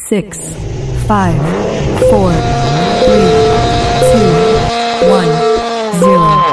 6, 5, 4, 3, 2, 1, 0.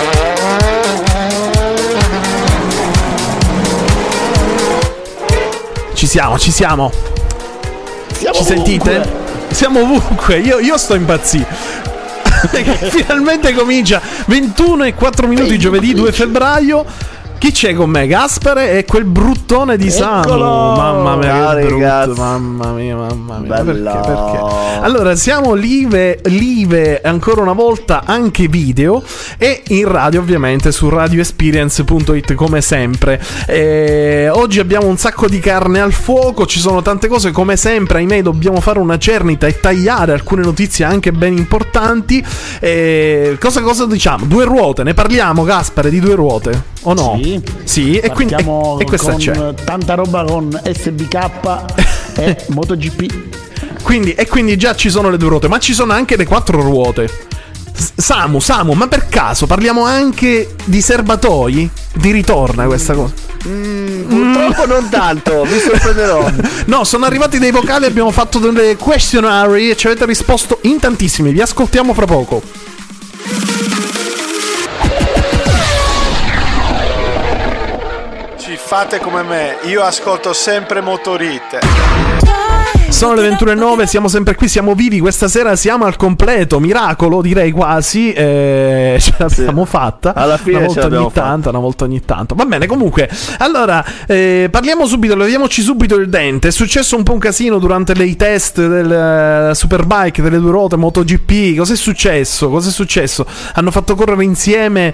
Ci siamo. Ci sentite? Siamo ovunque. Io sto impazzendo. Finalmente comincia 21:04 giovedì 2 febbraio. Chi c'è con me? Gaspare e quel bruttone di Samu. Mamma mia, che brutto. Mamma mia. Perché? Allora, siamo live ancora una volta anche video e in radio, ovviamente, su radioexperience.it come sempre. Oggi abbiamo un sacco di carne al fuoco, ci sono tante cose, come sempre, ahimè, dobbiamo fare una cernita e tagliare alcune notizie anche ben importanti. Cosa diciamo? Due ruote, ne parliamo, Gaspare, di due ruote? O no? Sì, e quindi e questa con c'è tanta roba con SBK e MotoGP. Quindi già ci sono le due ruote, ma ci sono anche le quattro ruote. Samu, ma per caso parliamo anche di serbatoi? Ti ritorna questa cosa? Purtroppo non tanto, mi sorprenderò. No, sono arrivati dei vocali, abbiamo fatto delle questionary e ci avete risposto in tantissimi. Vi ascoltiamo fra poco. Fate come me, io ascolto sempre Motorite. Sono le 21:09, siamo sempre qui, siamo vivi, questa sera siamo al completo, miracolo direi quasi, ce l'abbiamo fatta. Alla fine una volta ogni tanto. Va bene, comunque, allora, parliamo subito, leviamoci subito il dente. È successo un po' un casino durante i test del Superbike, delle due ruote, MotoGP. Cos'è successo? Hanno fatto correre insieme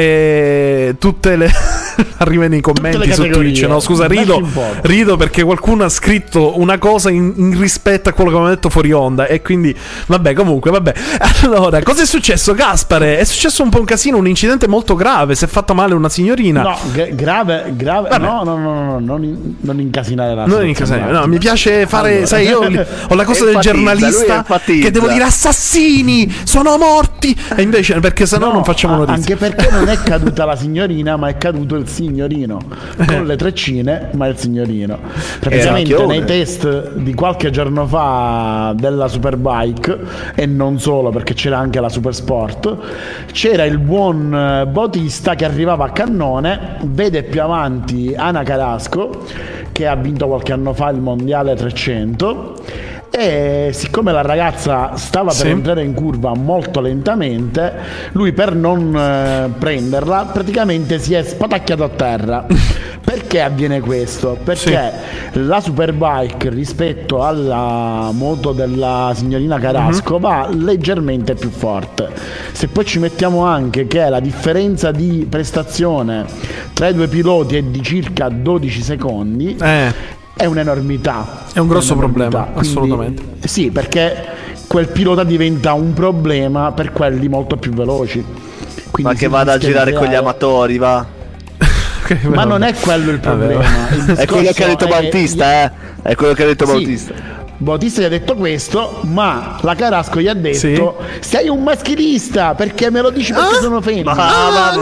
tutte le... Arrivano i commenti su Twitch, no? Scusa, rido perché qualcuno ha scritto una cosa in rispetto a quello che avevamo detto fuori onda. E quindi, vabbè. Allora, cosa è successo, Gaspare? È successo un po' un casino, un incidente molto grave. Si è fatta male una signorina. No, grave. Vabbè. No, non incasinare la non incasinare. No, mi piace fare, allora. Sai, io ho la cosa del giornalista che devo dire assassini, sono morti. E invece, perché sennò non facciamo notizie. Anche perché non è caduta la signorina, ma è caduto il signorino. Con le treccine, ma il signorino. Praticamente nei test di qualche giorno fa della Superbike, e non solo, perché c'era anche la Supersport, c'era il buon Bautista che arrivava a cannone, vede più avanti Ana Carrasco che ha vinto qualche anno fa il mondiale 300, e siccome la ragazza stava per entrare in curva molto lentamente, lui, per non prenderla, praticamente si è spatacchiato a terra. Perché avviene questo? Perché la Superbike rispetto alla moto della signorina Carrasco va leggermente più forte. Se poi ci mettiamo anche che la differenza di prestazione tra i due piloti è di circa 12 secondi, è un'enormità. È un grosso problema, quindi, assolutamente. Sì, perché quel pilota diventa un problema per quelli molto più veloci. Quindi ma che vada a girare con gli amatori, va. Ma non è quello il problema. È quello che ha detto Bautista, È quello che ha detto Bautista. Bautista gli ha detto questo, ma la Carrasco gli ha detto sei un maschilista, perché me lo dici perché sono femmina.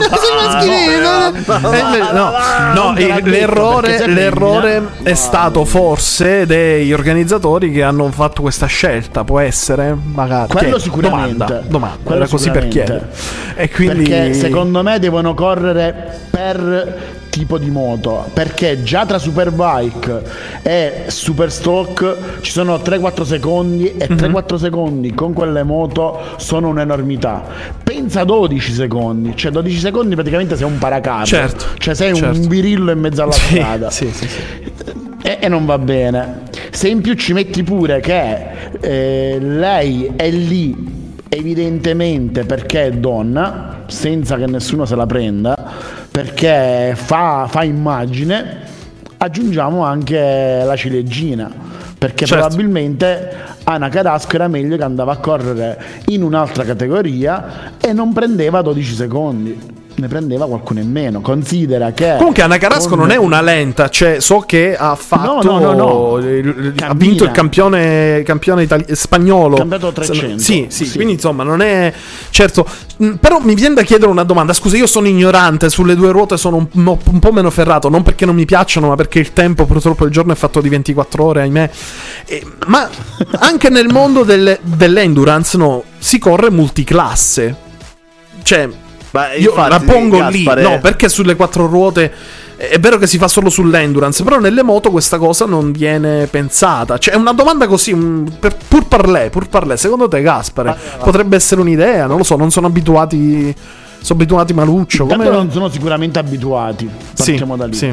L'errore è stato forse degli organizzatori che hanno fatto questa scelta, può essere? Magari quello sicuramente. Domanda. Era così per chiedere. E quindi... Perché secondo me devono correre per tipo di moto, perché già tra Superbike e Superstock ci sono 3-4 secondi e 3-4 secondi con quelle moto sono un'enormità. Pensa a 12 secondi, cioè 12 secondi praticamente sei un paracarro, cioè sei un birillo in mezzo alla strada. E non va bene. Se in più ci metti pure che lei è lì evidentemente perché è donna, senza che nessuno se la prenda, perché fa immagine, aggiungiamo anche la ciliegina, perché probabilmente Ana Carrasco era meglio che andava a correre in un'altra categoria e non prendeva 12 secondi. ne prendeva qualcuno in meno. Considera che comunque Anna Carrasco non è una lenta, cioè so che ha fatto no. Ha vinto il campione spagnolo, cambiato 300. Sì, quindi insomma non è certo. Però mi viene da chiedere una domanda. Scusa, io sono ignorante, sulle due ruote sono un po' meno ferrato, non perché non mi piacciono, ma perché il tempo, purtroppo il giorno è fatto di 24 ore, ahimè. Ma anche nel mondo dell'endurance, no, si corre multiclasse. Cioè, io la pongo Gaspare... lì, no, perché sulle quattro ruote è vero che si fa solo sull'endurance, però nelle moto questa cosa non viene pensata. Cioè è una domanda così, pur parlé. Secondo te, Gaspare, potrebbe essere un'idea? Non lo so, non sono abituati. Sono abituati maluccio. Come non sono sicuramente abituati. Partiamo da lì. Sì.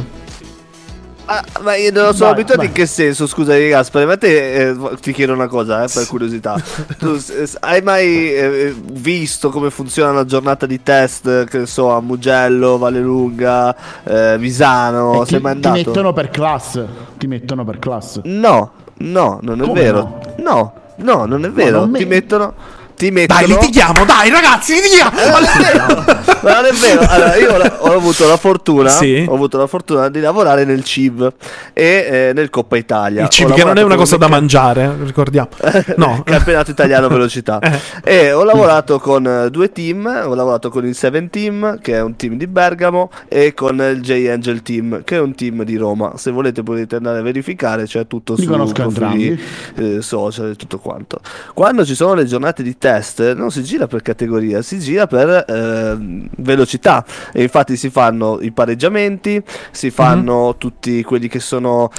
Ma io non sono abituato in che senso, scusami Gaspare, ma te ti chiedo una cosa per curiosità. Tu hai mai visto come funziona una giornata di test, che so, a Mugello, Vallelunga, Visano? Sei mai andato? Ti mettono per classe. No, non è vero. No, non è vero. Ti mettono. Dai, litighiamo, dai ragazzi, litighiamo. Ma non è vero. Allora, io ho avuto la fortuna di lavorare nel CIV e nel Coppa Italia. Il CIV che non è una cosa da mangiare, ricordiamo. No, campionato italiano velocità. E ho lavorato con due team. Ho lavorato con il 7 Team, che è un team di Bergamo, e con il J-Angel Team, che è un team di Roma. Se volete potete andare a verificare, c'è tutto su profili social e tutto quanto. Quando ci sono le giornate di test non si gira per categoria, si gira per velocità, e infatti si fanno i pareggiamenti, si fanno tutti quelli che sono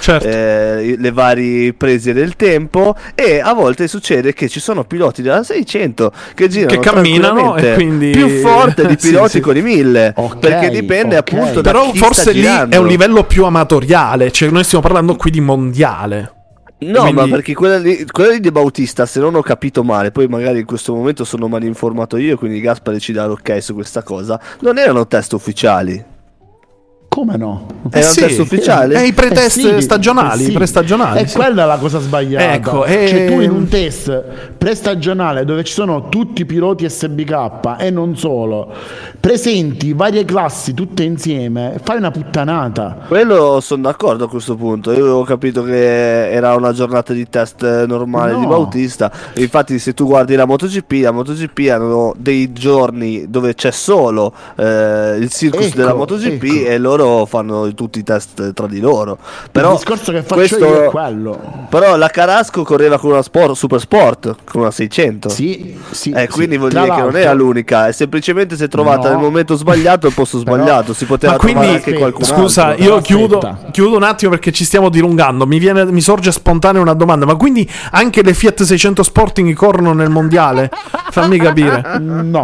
le varie prese del tempo, e a volte succede che ci sono piloti della 600 che girano, che camminano, e quindi più forte di piloti con i 1000, perché dipende appunto da però chi forse sta lì girando. è un livello più amatoriale, cioè noi stiamo parlando qui di mondiale. No, quindi... ma perché quella lì di Bautista, se non ho capito male, poi magari in questo momento sono mal informato io, quindi Gaspare ci dà l'ok su questa cosa, non erano test ufficiali. Come no? Erano test ufficiali? I pretest stagionali, prestagionali. E quella è la cosa sbagliata. Ecco, cioè tu in un test prestagionale dove ci sono tutti i piloti SBK e non solo, presenti varie classi tutte insieme, fai una puttanata. Quello sono d'accordo a questo punto. Io avevo capito che era una giornata di test normale di Bautista. Infatti se tu guardi la MotoGP hanno dei giorni dove c'è solo il circus della MotoGP, e loro fanno tutti i test tra di loro. Però il discorso che faccio io è quello. Però la Carrasco correva con una Super Sport, con una 600. Quindi vuol dire che non era l'unica, è semplicemente si è trovata nel momento sbagliato, al posto sbagliato. Si poteva trovare anche qualcun altro. Scusa, io chiudo un attimo perché ci stiamo dilungando. Mi sorge spontanea una domanda: ma quindi anche le Fiat 600 Sporting corrono nel mondiale? Fammi capire. No.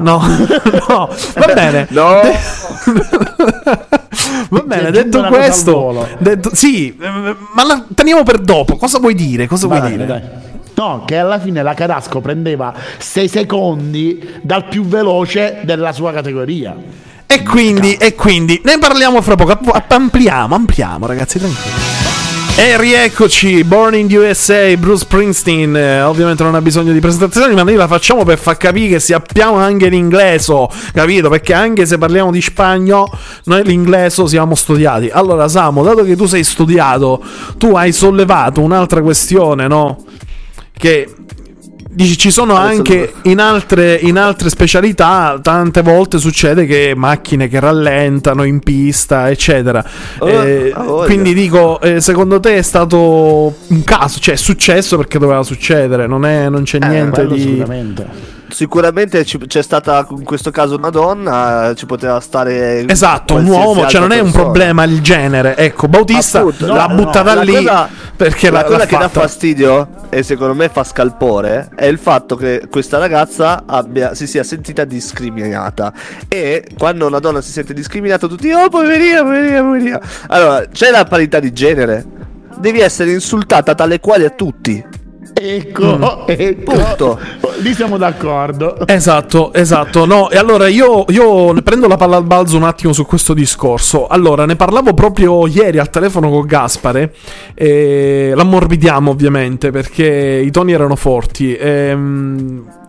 Va bene. No. Va bene, detto questo, ma la teniamo per dopo. Cosa vuoi dire? Dai. No, che alla fine la Carrasco prendeva 6 secondi dal più veloce della sua categoria. E quindi ne parliamo fra poco. Ampliamo, ragazzi, tranquilli. E rieccoci, Born in USA, Bruce Springsteen. Ovviamente non ha bisogno di presentazioni, ma noi la facciamo per far capire che sappiamo anche l'inglese, capito? Perché anche se parliamo di spagnolo, noi l'inglese siamo studiati. Allora Samu, dato che tu sei studiato, tu hai sollevato un'altra questione, no? Che dici ci sono anche in altre specialità, tante volte succede che macchine che rallentano in pista, eccetera. Quindi dico, secondo te è stato un caso? Cioè è successo perché doveva succedere, non c'è niente di... Sicuramente c'è stata in questo caso una donna, ci poteva stare un uomo, cioè non è un problema il genere. Ecco, Bautista l'ha buttata lì perché la cosa che dà fastidio e secondo me fa scalpore è il fatto che questa ragazza si sia sentita discriminata, e quando una donna si sente discriminata tutti poverina. Allora c'è la parità di genere, devi essere insultata tale quale a tutti. Ecco. Punto. Lì siamo d'accordo. Esatto. No, e allora io ne prendo la palla al balzo un attimo su questo discorso. Allora, ne parlavo proprio ieri al telefono con Gaspare. L'ammorbidiamo ovviamente perché i toni erano forti.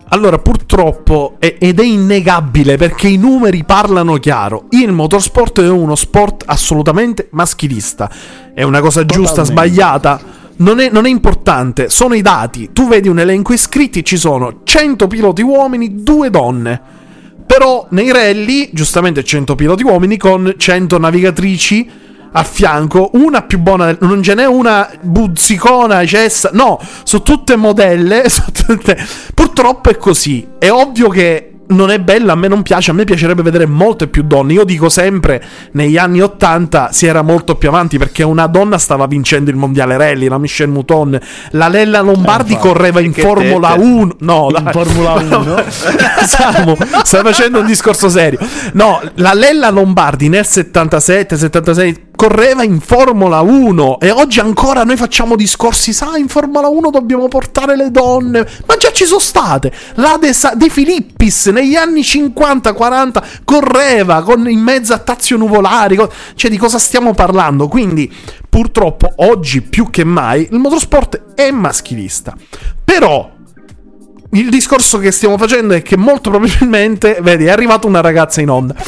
Allora, purtroppo, ed è innegabile perché i numeri parlano chiaro, il motorsport è uno sport assolutamente maschilista. È una cosa giusta, sbagliata? Non è importante, sono i dati. Tu vedi un elenco iscritti, ci sono 100 piloti uomini, 2 donne. Però nei rally, giustamente 100 piloti uomini con 100 navigatrici a fianco, una più buona, non ce n'è una buzzicona, cessa, no, sono tutte modelle, purtroppo è così. È ovvio che non è bella, a me non piace, a me piacerebbe vedere molte più donne. Io dico sempre, negli anni 80 si era molto più avanti perché una donna stava vincendo il mondiale rally, la Michelle Mouton, la Lella Lombardi correva in Formula 1. No, in Formula 1. Stai facendo un discorso serio. No, la Lella Lombardi nel 77-76 correva in Formula 1 e oggi ancora noi facciamo discorsi, sai, in Formula 1 dobbiamo portare le donne, ma già ci sono state. La De Filippis negli anni 50-40 correva in mezzo a tazio nuvolari, cioè di cosa stiamo parlando? Quindi purtroppo oggi più che mai il motorsport è maschilista. Però il discorso che stiamo facendo è che molto probabilmente, vedi, è arrivata una ragazza in onda.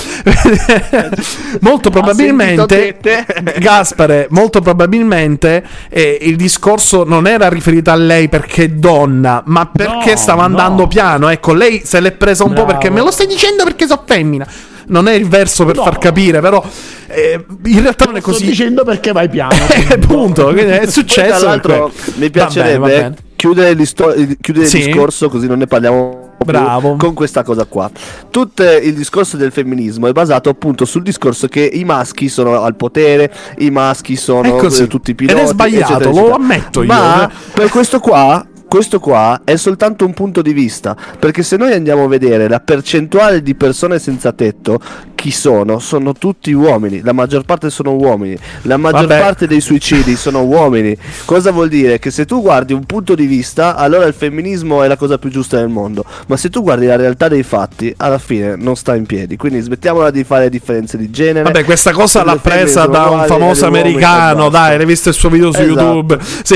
Molto probabilmente, Gaspare, molto probabilmente il discorso non era riferito a lei perché è donna, ma perché stava andando piano. Ecco, lei se l'è presa un po' perché me lo stai dicendo perché sono femmina. Non è il verso per far capire, però in realtà non è così. Sto dicendo perché vai piano. Punto, è successo. Tra l'altro mi piacerebbe chiudere il discorso, così non ne parliamo più, con questa cosa qua. Tutto il discorso del femminismo è basato appunto sul discorso che i maschi sono al potere, i maschi sono tutti piloti, ed è sbagliato, eccetera, lo ammetto io. Ma per questo qua è soltanto un punto di vista, perché se noi andiamo a vedere la percentuale di persone senza tetto, chi sono? Sono tutti uomini, la maggior parte sono uomini, la maggior parte dei suicidi sono uomini. Cosa vuol dire? Che se tu guardi un punto di vista, allora il femminismo è la cosa più giusta del mondo, ma se tu guardi la realtà dei fatti, alla fine non sta in piedi. Quindi smettiamola di fare differenze di genere. Vabbè, questa cosa l'ha presa da un famoso americano, dai, hai visto il suo video su YouTube? Sì.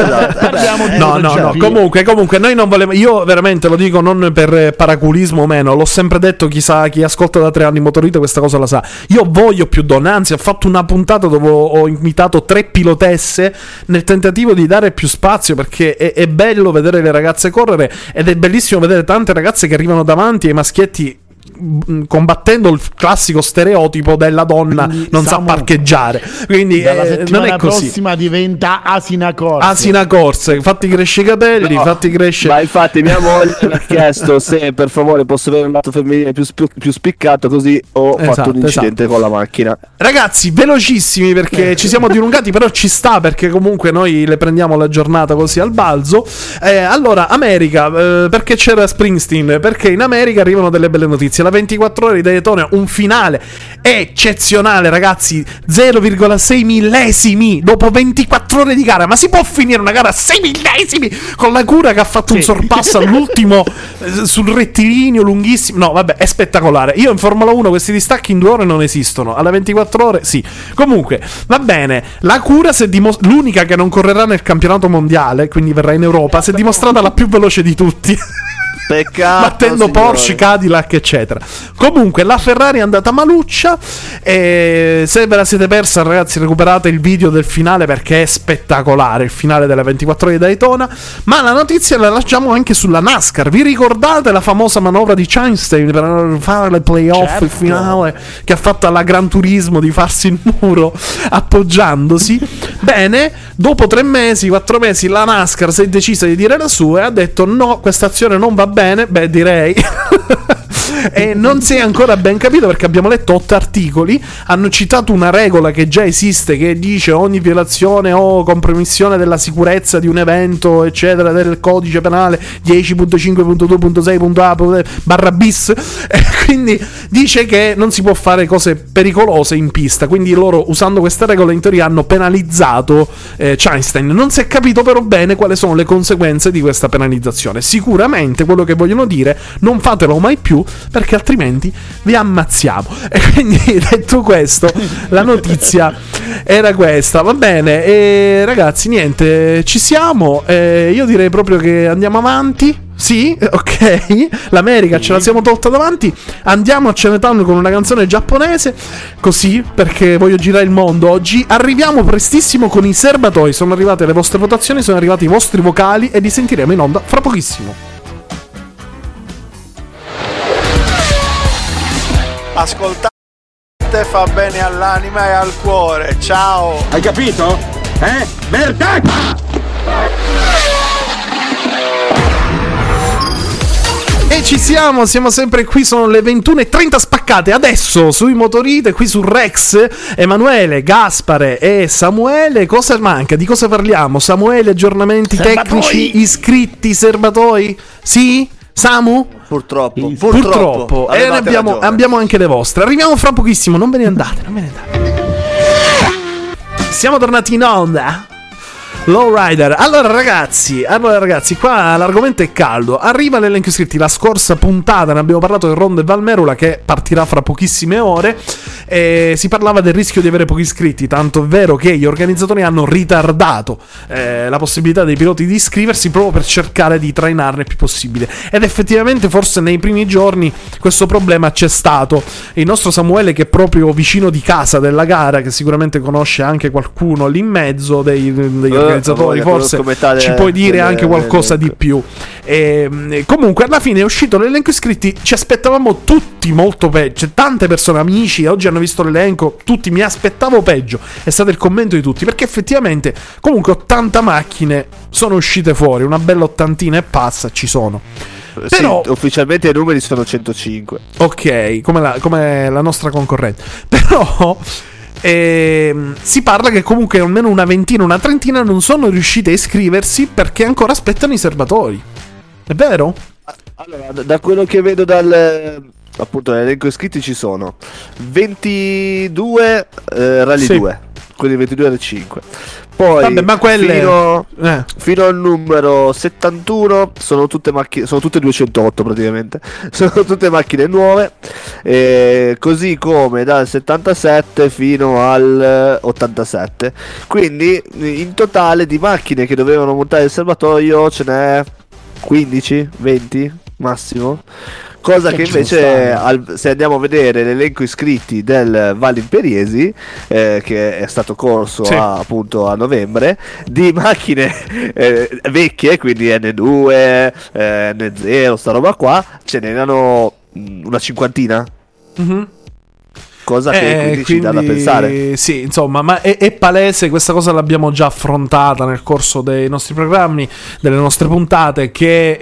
No. Comunque noi non volevamo, io veramente lo dico non per paraculismo o meno, l'ho sempre detto, chissà chi ascolta da 3 anni Motorito questa cosa la sa. Io voglio più donne, anzi ho fatto una puntata dove ho invitato 3 pilotesse nel tentativo di dare più spazio, perché è bello vedere le ragazze correre ed è bellissimo vedere tante ragazze che arrivano davanti ai maschietti combattendo il classico stereotipo della donna. Quindi non sa parcheggiare, quindi non è così. Prossima diventa Asina Corse, fatti crescere i capelli, fatti crescere. Ma infatti mia moglie mi ha chiesto se per favore posso avere un lato femminile più spiccato, così ho fatto un incidente con la macchina. Ragazzi, velocissimi perché ci siamo dilungati, però ci sta, perché comunque noi le prendiamo la giornata così al balzo. Allora, America, perché c'era Springsteen? Perché in America arrivano delle belle notizie. La 24 ore di Daytona, un finale eccezionale, ragazzi, 0,6 millesimi dopo 24 ore di gara. Ma si può finire una gara a 6 millesimi con la Cura che ha fatto un sorpasso all'ultimo sul rettilineo lunghissimo? No, vabbè, è spettacolare. Io in Formula 1 questi distacchi in 2 ore non esistono, alla 24 ore sì. Comunque, va bene, la Cura l'unica che non correrà nel campionato mondiale, quindi verrà in Europa, si è dimostrata la più veloce di tutti. Peccato, battendo Porsche, Cadillac eccetera. Comunque la Ferrari è andata maluccia, e se ve la siete persa, ragazzi, recuperate il video del finale perché è spettacolare, il finale delle 24 ore di Daytona. Ma la notizia la lasciamo anche sulla NASCAR. Vi ricordate la famosa manovra di Chastain per fare le playoff, certo, il finale che ha fatto alla Gran Turismo di farsi il muro appoggiandosi? Bene, dopo 3 mesi, 4 mesi la NASCAR si è decisa di dire la sua e ha detto no, questa azione non va bene. Beh, direi e non si è ancora ben capito, perché abbiamo letto 8 articoli, hanno citato una regola che già esiste che dice ogni violazione o compromissione della sicurezza di un evento eccetera del codice penale 10.5.2.6.a/bis, quindi dice che non si può fare cose pericolose in pista, quindi loro usando questa regola in teoria hanno penalizzato Chastain. Non si è capito però bene quali sono le conseguenze di questa penalizzazione. Sicuramente quello che vogliono dire: non fatelo mai più perché altrimenti vi ammazziamo. E quindi, detto questo, la notizia era questa. Va bene, ragazzi, niente, ci siamo. Io direi proprio che andiamo avanti. Sì, ok. L'America ce la siamo tolta davanti. Andiamo a Chinatown con una canzone giapponese. Così, perché voglio girare il mondo oggi. Arriviamo prestissimo con i serbatoi. Sono arrivate le vostre votazioni, sono arrivati i vostri vocali e li sentiremo in onda fra pochissimo. Ascoltate fa bene all'anima e al cuore. Ciao. Hai capito? Merda! E ci siamo sempre qui, sono le 21:30 spaccate adesso sui Motorite, qui su Rex. Emanuele, Gaspare e Samuele. Cosa manca? Di cosa parliamo? Samuele, aggiornamenti tecnici, iscritti, serbatoi? Sì? Samu? Purtroppo. E ne abbiamo anche le vostre. Arriviamo fra pochissimo, non ve ne andate. Siamo tornati in onda. Lowrider. Allora ragazzi, qua l'argomento è caldo. Arriva l'elenco iscritti. La scorsa puntata ne abbiamo parlato del Rondo e Valmerula, che partirà fra pochissime ore. E si parlava del rischio di avere pochi iscritti, tanto è vero che gli organizzatori hanno ritardato la possibilità dei piloti di iscriversi proprio per cercare di trainarne il più possibile. Ed effettivamente forse nei primi giorni questo problema c'è stato. Il nostro Samuele, che è proprio vicino di casa della gara, che sicuramente conosce anche qualcuno lì in mezzo degli organizzatori, forse ci puoi dire anche qualcosa di più. Comunque alla fine è uscito l'elenco iscritti. Ci aspettavamo tutti molto peggio, tante persone, amici, oggi hanno visto l'elenco, tutti mi aspettavo peggio, è stato il commento di tutti, perché effettivamente comunque 80 macchine sono uscite fuori, una bella ottantina e passa ci sono. Però, sì, ufficialmente i numeri sono 105. Ok, come la nostra concorrente. Però si parla che comunque almeno una ventina, una trentina non sono riuscite a iscriversi perché ancora aspettano i serbatoi. È vero? Allora, da quello che vedo appunto l'elenco iscritti ci sono 22 Rally 2, quindi 22 R5. Poi vabbè, ma quelle fino al numero 71 sono tutte macchine, sono tutte 208 praticamente, sono tutte macchine nuove, così come dal 77 fino al 87. Quindi in totale di macchine che dovevano montare il serbatoio ce n'è 15, 20 massimo. Cosa che invece, se andiamo a vedere l'elenco iscritti del Val Imperiesi, che è stato corso appunto a novembre, di macchine vecchie, quindi N2, N0, sta roba qua, ce n'erano una cinquantina. Mm-hmm. Cosa che quindi ci dà da pensare. Sì, insomma, ma è palese, questa cosa l'abbiamo già affrontata nel corso dei nostri programmi, delle nostre puntate,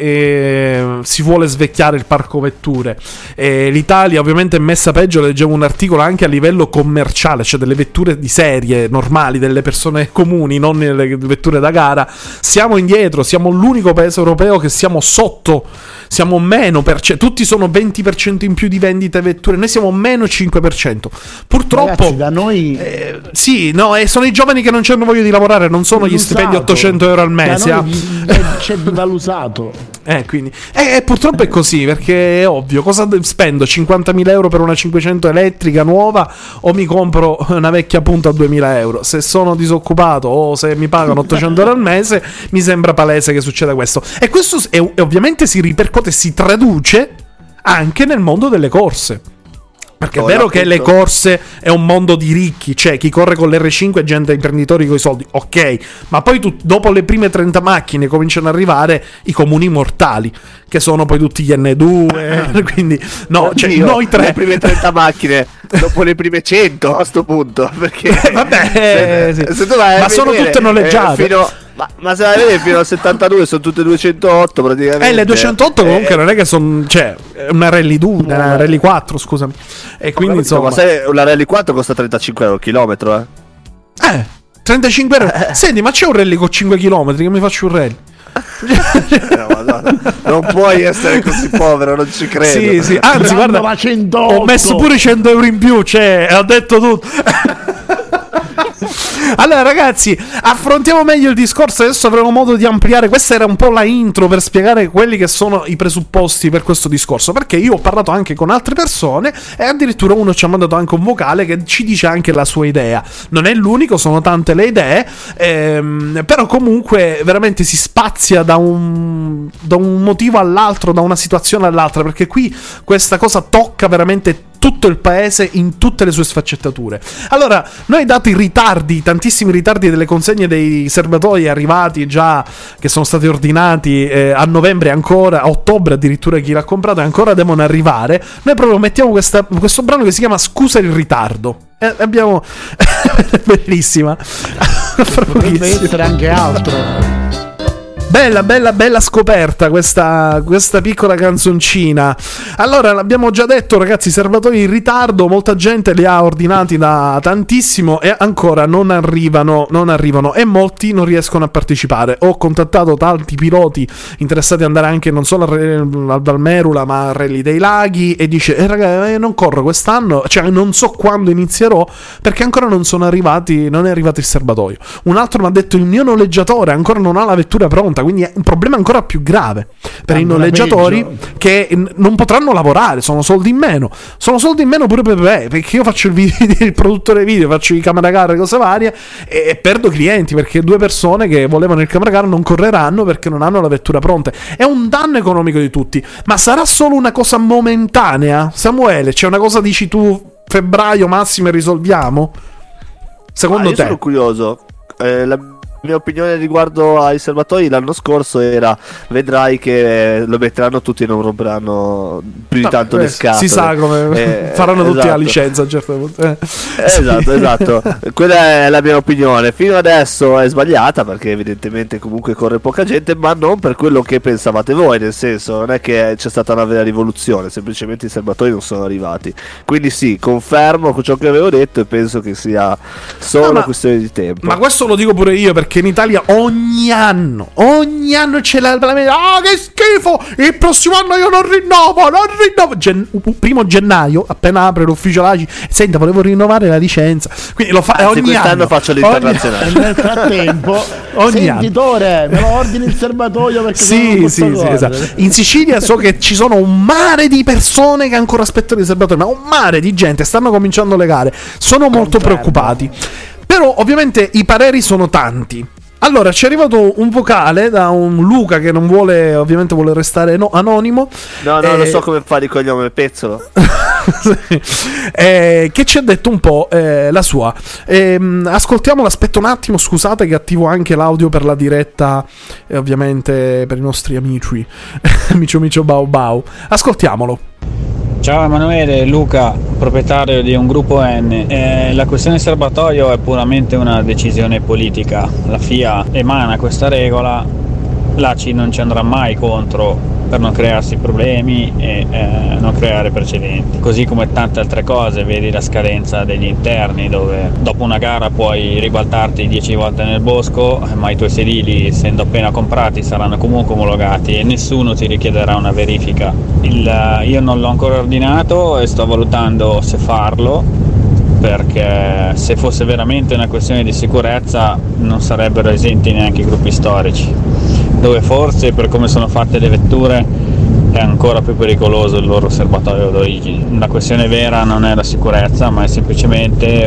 che si vuole svecchiare il parco vetture. L'Italia ovviamente è messa peggio, leggevo un articolo anche a livello commerciale, cioè delle vetture di serie normali, delle persone comuni, non le vetture da gara. Siamo indietro, siamo l'unico paese europeo che siamo sotto, siamo meno tutti sono 20% in più di vendite vetture, noi siamo meno 5%. Purtroppo, ragazzi, da noi sono i giovani che non c'hanno voglia di lavorare, non sono gli stipendi 800 euro al mese. C'è divalusato. Quindi purtroppo è così, perché è ovvio, cosa spendo? 50.000 euro per una 500 elettrica nuova o mi compro una vecchia punta a 2.000 euro? Se sono disoccupato o se mi pagano 800 euro al mese, mi sembra palese che succeda questo. E questo ovviamente si ripercuote, si traduce anche nel mondo delle corse. Perché è vero che le corse è un mondo di ricchi, cioè chi corre con l'R5 è gente, imprenditori con i soldi, ok, ma poi dopo le prime 30 macchine cominciano ad arrivare i comuni mortali, che sono poi tutti gli N2, quindi noi tre. Le prime 30 macchine, dopo le prime 100 a sto punto, perché vabbè, se tu vai ma sono tutte noleggiate. Ma se la vedi fino al 72 sono tutte 208 praticamente. Le 208 comunque non è che sono, cioè, una Rally 2, una Rally 4, scusami. E quindi insomma, ma sai, una Rally 4 costa 35 euro al chilometro, 35 euro. Senti, ma c'è un rally con 5 km che mi faccio un rally? Non puoi essere così povero, non ci credo. Sì, anzi, guarda, ho messo pure 100 euro in più, cioè, ho detto tutto. Allora ragazzi, affrontiamo meglio il discorso. Adesso avremo modo di ampliare. Questa era un po' la intro per spiegare quelli che sono i presupposti per questo discorso, perché io ho parlato anche con altre persone e addirittura uno ci ha mandato anche un vocale che ci dice anche la sua idea. Non è l'unico, sono tante le idee, però comunque veramente si spazia da un motivo all'altro, da una situazione all'altra, perché qui questa cosa tocca veramente tutto il paese in tutte le sue sfaccettature. Allora, noi dato i ritardi, tantissimi ritardi delle consegne dei serbatoi arrivati già, che sono stati ordinati a novembre ancora, a ottobre addirittura chi l'ha comprato, e ancora devono arrivare, noi proprio mettiamo questo brano che si chiama Scusa il ritardo. Abbiamo bellissima. Potrebbe essere anche altro. Bella scoperta questa piccola canzoncina. Allora, l'abbiamo già detto ragazzi, serbatoi in ritardo, molta gente li ha ordinati da tantissimo e ancora non arrivano e molti non riescono a partecipare. Ho contattato tanti piloti interessati ad andare anche non solo al Valmerula ma a Rally dei Laghi e dice raga, non corro quest'anno, cioè non so quando inizierò perché ancora non è arrivato il serbatoio. Un altro mi ha detto il mio noleggiatore ancora non ha la vettura pronta, quindi è un problema ancora più grave per i noleggiatori che non potranno lavorare, sono soldi in meno pure per me, perché io faccio il produttore video, faccio i camera car, cose varie e perdo clienti perché 2 persone che volevano il camera car non correranno perché non hanno la vettura pronta. È un danno economico di tutti, ma sarà solo una cosa momentanea? Samuele, c'è una cosa, dici tu, febbraio massimo e risolviamo? Secondo te? Io sono curioso. La mia opinione riguardo ai serbatoi l'anno scorso era: vedrai che lo metteranno tutti e non romperanno più di tanto le scatole. Si sa come faranno tutti la licenza a un certo punto. Esatto. Quella è la mia opinione. Fino adesso è sbagliata perché evidentemente comunque corre poca gente, ma non per quello che pensavate voi, nel senso, non è che c'è stata una vera rivoluzione, semplicemente i serbatoi non sono arrivati. Quindi sì, confermo con ciò che avevo detto e penso che sia solo una questione di tempo. Ma questo lo dico pure io, perché in Italia ogni anno c'è la che schifo, il prossimo anno io non rinnovo. 1 gennaio appena apre l'ufficio l'ACI, senta, volevo rinnovare la licenza, quindi lo fa ogni quest'anno anno. Faccio l'internazionale e nel frattempo sentitore me lo ordini il serbatoio perché sì, esatto. In Sicilia so che ci sono un mare di persone che ancora aspettano il serbatoio, ma un mare di gente, stanno cominciando le gare, sono molto preoccupati. Però ovviamente i pareri sono tanti. Allora, ci è arrivato un vocale da un Luca che non vuole, ovviamente vuole restare anonimo. No, lo so come fare il cognome, Pezzolo. Che ci ha detto un po' la sua. Ascoltiamolo, aspetta un attimo, scusate che attivo anche l'audio per la diretta, ovviamente per i nostri amici. Micio Bau Bau. Ascoltiamolo. Ciao Emanuele, Luca, proprietario di un gruppo N. La questione serbatoio è puramente una decisione politica. La FIA emana questa regola, l'ACI non ci andrà mai contro per non crearsi problemi e non creare precedenti. Così come tante altre cose, vedi la scadenza degli interni, dove dopo una gara puoi ribaltarti 10 volte nel bosco, ma i tuoi sedili, essendo appena comprati, saranno comunque omologati e nessuno ti richiederà una verifica. Io non l'ho ancora ordinato e sto valutando se farlo, perché se fosse veramente una questione di sicurezza non sarebbero esenti neanche i gruppi storici, dove forse per come sono fatte le vetture è ancora più pericoloso il loro serbatoio d'origine. La questione vera non è la sicurezza, ma è semplicemente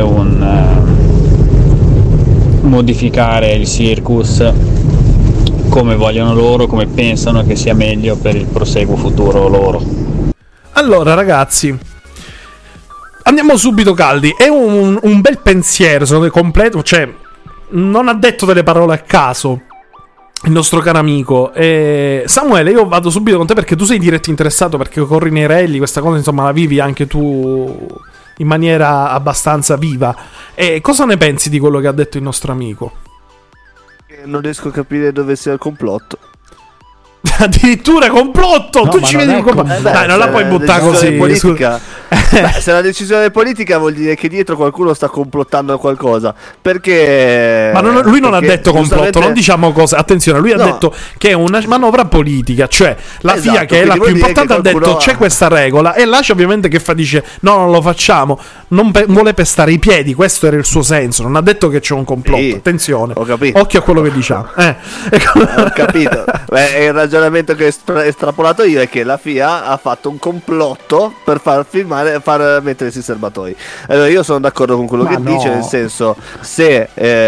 modificare il circus come vogliono loro, come pensano che sia meglio per il proseguo futuro loro. Allora ragazzi, andiamo subito caldi. È un bel pensiero, sono completo, cioè non ha detto delle parole a caso il nostro caro amico. Samuele, io vado subito con te perché tu sei diretto interessato, perché corri nei rally, questa cosa insomma la vivi anche tu in maniera abbastanza viva. Cosa ne pensi di quello che ha detto il nostro amico? Non riesco a capire dove sia il complotto. Addirittura complotto, no, tu ci vedi un complotto? Dai, non la puoi buttare così. Beh, se è una decisione politica vuol dire che dietro qualcuno sta complottando qualcosa. Perché? Ma lui non ha detto complotto, non diciamo cose. Attenzione, lui ha detto che è una manovra politica. Cioè, la FIA, che è la più importante, ha detto c'è questa regola. E l'ACI ovviamente che fa? Dice no, non lo facciamo. Non vuole pestare i piedi. Questo era il suo senso. Non ha detto che c'è un complotto. Sì, attenzione, ho capito. Occhio a quello che diciamo. Ho capito. Beh, il ragionamento che ho estrapolato io è che la FIA ha fatto un complotto per far mettere i serbatoi. Allora io sono d'accordo con quello dice, nel senso, se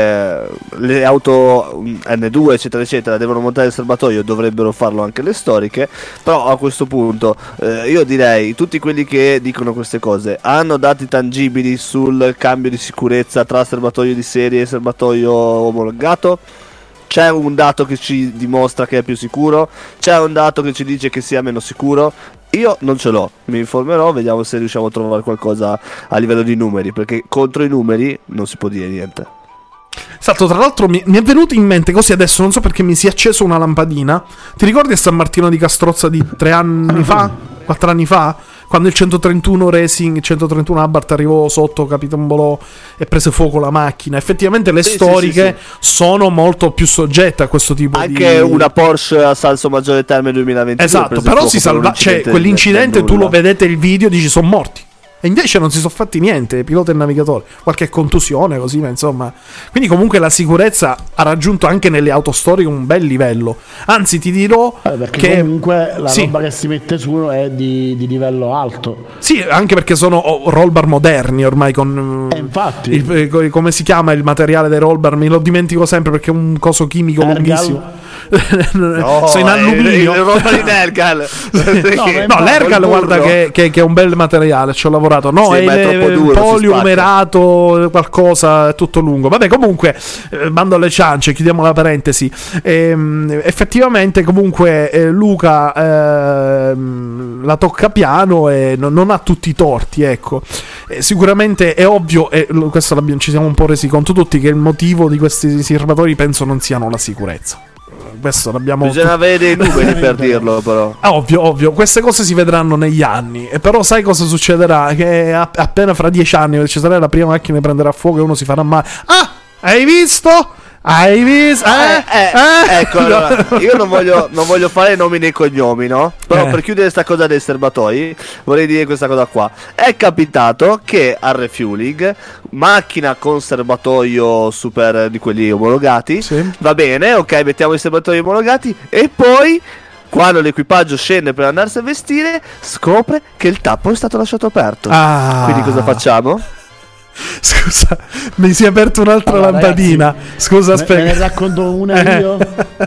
le auto N2 eccetera eccetera devono montare il serbatoio, dovrebbero farlo anche le storiche. Però a questo punto io direi, tutti quelli che dicono queste cose hanno dati tangibili sul cambio di sicurezza tra serbatoio di serie e serbatoio omologato? C'è un dato che ci dimostra che è più sicuro? C'è un dato che ci dice che sia meno sicuro? Io non ce l'ho, mi informerò, vediamo se riusciamo a trovare qualcosa a livello di numeri, perché contro i numeri non si può dire niente. Esatto, tra l'altro mi è venuto in mente così adesso, non so perché mi si è acceso una lampadina. Ti ricordi a San Martino di Castrozza di 3 anni fa? 4 anni fa? Quando il 131 Racing, il 131 Abarth arrivò sotto Capitambolò e prese fuoco la macchina. Effettivamente le storiche sono molto più soggette a questo tipo anche una Porsche a Salso Maggiore Terme 2022. Esatto, però si salva, cioè quell'incidente tu lo vedete il video, dici sono morti. E invece non si sono fatti niente, pilota e navigatore, qualche contusione così, ma insomma. Quindi comunque la sicurezza ha raggiunto anche nelle auto storiche un bel livello. Anzi, ti dirò perché che comunque la roba che si mette su è di livello alto. Sì, anche perché sono roll bar moderni ormai con infatti come si chiama il materiale dei roll bar? Me lo dimentico sempre perché è un coso chimico lunghissimo. No, sono in alluminio. Il roba di Nergal. No, l'Ergal guarda che è un bel materiale, ci ho lavorato. No, sì, è troppo duro, poliomerato, qualcosa, è tutto lungo. Vabbè, comunque bando alle ciance, chiudiamo la parentesi. Effettivamente comunque Luca la tocca piano e non ha tutti i torti, ecco. Sicuramente è ovvio, e questo ci siamo un po' resi conto tutti, che il motivo di questi serbatoi penso non siano la sicurezza. Questo l'abbiamo. Bisogna avere i numeri per dirlo, però. Ovvio, queste cose si vedranno negli anni. E però sai cosa succederà? Che appena fra 10 anni ci sarà la prima macchina che prenderà fuoco e uno si farà male. Ah, hai visto? Hai visto? Ecco, allora, io non voglio fare nomi nei cognomi, no? Però per chiudere sta cosa dei serbatoi vorrei dire questa cosa qua. È capitato che al refueling, macchina con serbatoio super di quelli omologati, va bene, ok, mettiamo i serbatoi omologati, e poi quando l'equipaggio scende per andarsi a vestire scopre che il tappo è stato lasciato aperto. Quindi cosa facciamo? Scusa, mi si è aperta un'altra lampadina. Ragazzi, scusa, aspetta. Me ne racconto una io.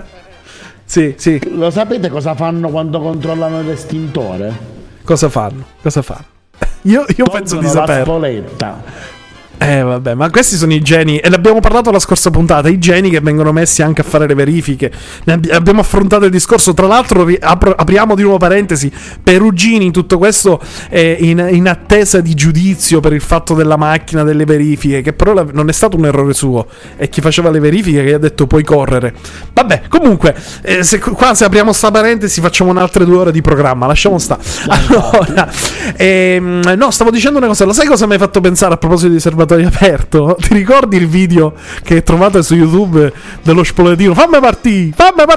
Sì. Lo sapete cosa fanno quando controllano l'estintore? Cosa fanno? Io penso di saperlo. La spoletta. Vabbè, ma questi sono i geni, e l'abbiamo parlato la scorsa puntata, i geni che vengono messi anche a fare le verifiche. Abbiamo affrontato il discorso, tra l'altro apriamo di nuovo parentesi, Perugini in tutto questo è in attesa di giudizio per il fatto della macchina, delle verifiche, che però non è stato un errore suo, è chi faceva le verifiche che gli ha detto puoi correre. Vabbè, comunque se apriamo sta parentesi facciamo un'altre 2 ore di programma, lasciamo sta. Allora, no, stavo dicendo una cosa, lo sai cosa mi hai fatto pensare a proposito di serbatoio aperto? Ti ricordi il video che trovate su YouTube dello spoletino? Fammi partire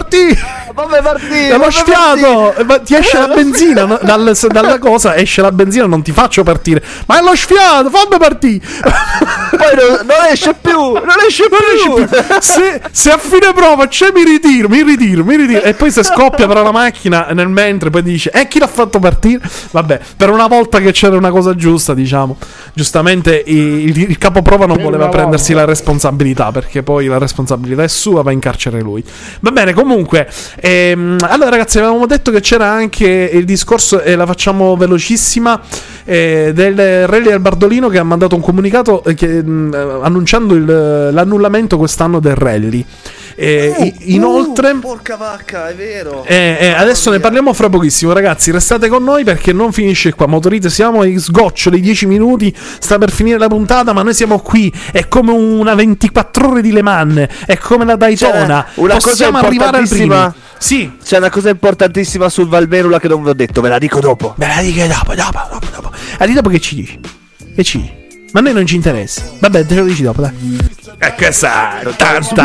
dallo sfiato, ti esce la benzina dalla cosa, esce la benzina, non ti faccio partire, ma è lo sfiato, fammi partire. Poi non esce più. Se a fine prova mi ritiro e poi se scoppia però la macchina nel mentre, poi dice chi l'ha fatto partire? Vabbè, per una volta che c'era una cosa giusta, diciamo, giustamente il capoprova non voleva prendersi la responsabilità, perché poi la responsabilità è sua, va in carcere lui. Va bene, comunque allora ragazzi, avevamo detto che c'era anche il discorso, e la facciamo velocissima, del Rally del Bardolino, che ha mandato un comunicato annunciando l'annullamento quest'anno del rally. Inoltre porca vacca, è vero. Adesso ne parliamo fra pochissimo, ragazzi, restate con noi perché non finisce qua. Motorite, siamo ai sgoccioli, 10 minuti, sta per finire la puntata, ma noi siamo qui, è come una 24 ore di Le Mans, è come la Daytona, possiamo arrivare al primo. Sì, c'è una cosa importantissima sul Valmerula che non vi ho detto, ve la dico dopo. Dopo. Di dopo che ci dici? Che ci dici? Ma a noi non ci interessa. Vabbè, te lo dici dopo, dai. E questa è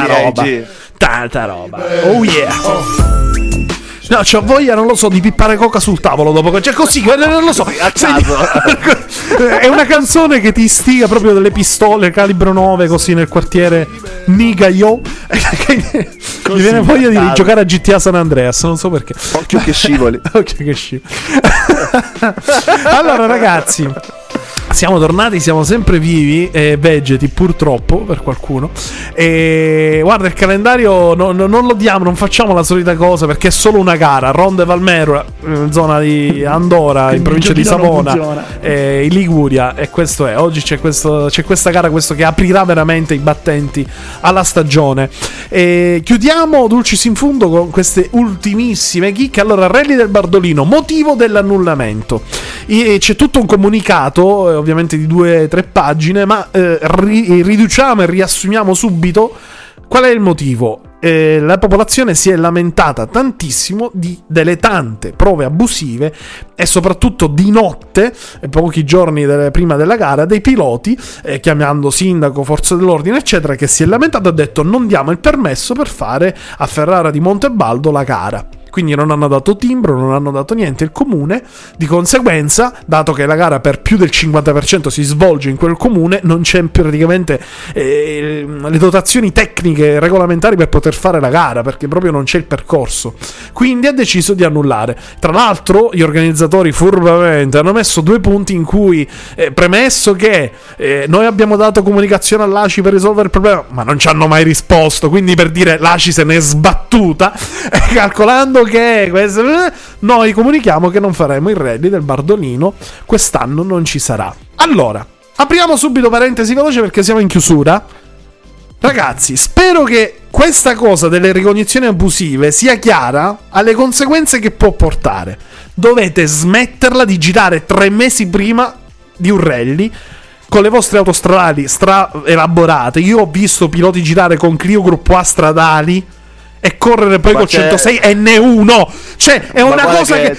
tanta roba. Oh yeah. No, c'ho voglia, non lo so, di pippare coca sul tavolo dopo. Cioè così, non lo so. A caso. È una canzone che ti istiga proprio delle pistole calibro 9 così nel quartiere Niga Yo. Mi viene voglia di giocare a GTA San Andreas, non so perché. Occhio che scivoli. Occhio che scivoli. Allora ragazzi, siamo tornati, siamo sempre vivi e vegeti purtroppo per qualcuno. E guarda, il calendario non lo diamo, non facciamo la solita cosa perché è solo una gara. Ronde Valmerula, zona di Andora, in provincia di Savona, in Liguria, e questo è. Oggi c'è questa gara, questo che aprirà veramente i battenti alla stagione. E chiudiamo dulcis in fundo con queste ultimissime chicche. Allora, Rally del Bardolino, motivo dell'annullamento. C'è tutto un comunicato, ovviamente di 2-3 pagine, ma riduciamo e riassumiamo subito qual è il motivo. La popolazione si è lamentata tantissimo delle tante prove abusive e soprattutto di notte, pochi giorni prima della gara, dei piloti, chiamando sindaco, forze dell'ordine eccetera, che si è lamentato e ha detto non diamo il permesso per fare a Ferrara di Montebaldo la gara. Quindi non hanno dato timbro, non hanno dato niente. Il comune, di conseguenza, dato che la gara per più del 50% si svolge in quel comune, non c'è praticamente le dotazioni tecniche e regolamentari per poter fare la gara, perché proprio non c'è il percorso. Quindi ha deciso di annullare. Tra l'altro gli organizzatori furbamente hanno messo 2 punti in cui, premesso che noi abbiamo dato comunicazione all'ACI per risolvere il problema, ma non ci hanno mai risposto, quindi per dire l'ACI se ne è sbattuta, calcolando che noi comunichiamo che non faremo il rally del Bardolino, quest'anno non ci sarà. Allora, apriamo subito parentesi veloce perché siamo in chiusura. Ragazzi, spero che questa cosa delle ricognizioni abusive sia chiara alle conseguenze che può portare. Dovete smetterla di girare 3 mesi prima di un rally con le vostre auto stradali elaborate. Io ho visto piloti girare con Clio Gruppo A stradali e correre poi col 106 N1. Cioè è una cosa che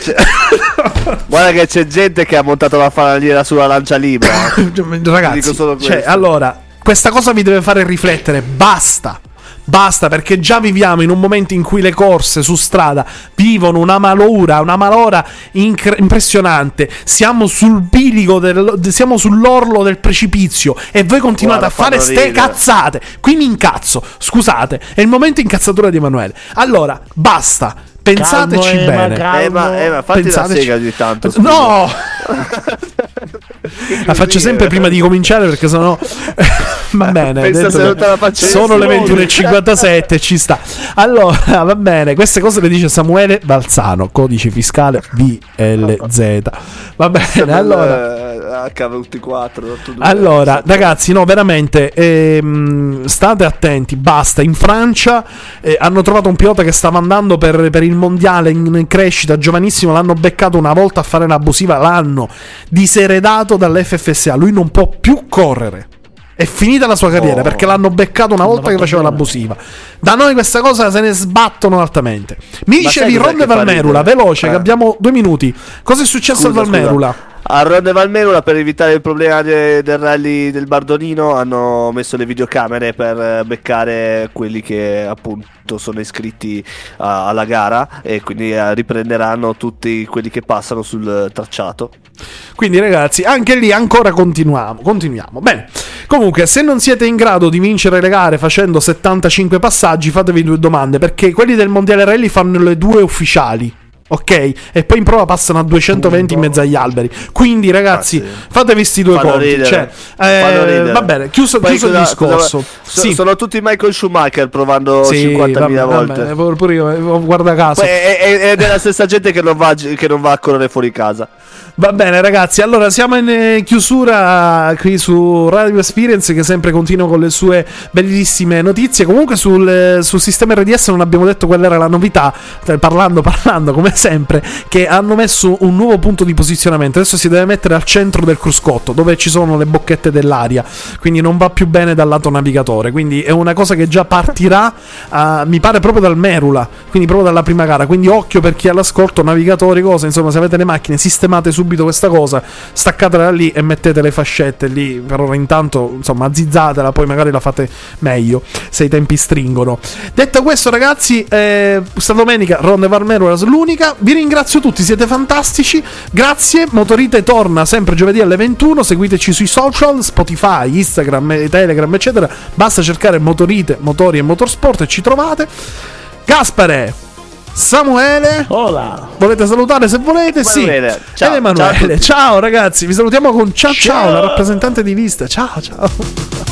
guarda che c'è gente che ha montato la fanaliera sulla lancia libera. Ragazzi, cioè, allora, questa cosa vi deve fare riflettere. Basta, perché già viviamo in un momento in cui le corse su strada vivono una malora impressionante. Siamo sul bilico siamo sull'orlo del precipizio e voi continuate a fare ste cazzate. Qui mi incazzo, scusate, è il momento incazzatura di Emanuele. Allora, basta. Pensateci bene. Ma fatti la sega di tanto. Scusa. No! La faccio sempre prima di cominciare perché sennò va bene. Sono le 21:57, ci sta. Allora, va bene. Queste cose le dice Samuele Balzano, codice fiscale BLZ. Va bene, allora H24. Allora, ragazzi, no, veramente state attenti, basta. In Francia hanno trovato un pilota che stava andando per il mondiale in crescita, giovanissimo, l'hanno beccato una volta a fare un'abusiva, l'hanno diseredato dall'FFSA, lui non può più correre. È finita la sua carriera perché l'hanno beccato una volta che faceva l'abusiva. Da noi questa cosa se ne sbattono altamente. Mi dicevi Ronde Valmerula, veloce, che abbiamo 2 minuti. Cosa è successo al Valmerula? A Ronde Valmerula, per evitare il problema del rally del Bardolino, hanno messo le videocamere per beccare quelli che appunto sono iscritti alla gara, e quindi riprenderanno tutti quelli che passano sul tracciato. Quindi ragazzi, anche lì ancora continuiamo. Bene, comunque, se non siete in grado di vincere le gare facendo 75 passaggi, fatevi 2 domande, perché quelli del mondiale rally fanno le 2 ufficiali, ok? E poi in prova passano a 220 in mezzo agli alberi. Quindi ragazzi, fatevi sti 2 conti. Cioè, va bene, chiuso il discorso. Sì. Sono tutti Michael Schumacher provando 50.000 volte. Pure io, guarda caso. Ed è la stessa gente che non va a correre fuori casa. Va bene ragazzi, allora siamo in chiusura qui su Radio Experience, che sempre continua con le sue bellissime notizie. Comunque sul sistema RDS non abbiamo detto qual era la novità, parlando come sempre, che hanno messo un nuovo punto di posizionamento. Adesso si deve mettere al centro del cruscotto, dove ci sono le bocchette dell'aria, quindi non va più bene dal lato navigatore. Quindi è una cosa che già partirà mi pare proprio dal Merula, quindi proprio dalla prima gara. Quindi occhio per chi ha l'ascolto, navigatori, cose, insomma, se avete le macchine sistemate fermate subito questa cosa, staccatela lì e mettete le fascette lì per ora, intanto insomma azzizzatela, poi magari la fate meglio se i tempi stringono. Detto questo ragazzi, questa domenica Ronde Varmerulas l'unica, vi ringrazio tutti, siete fantastici, grazie. Motorite torna sempre giovedì alle 21, seguiteci sui social, Spotify, Instagram, Telegram eccetera, basta cercare Motorite, motori e motorsport e ci trovate. Gaspare, Samuele, hola. Volete salutare se volete? Emanuele. Sì. Ciao. Emanuele. Ciao, ciao ragazzi, vi salutiamo con ciao, la rappresentante di lista. Ciao.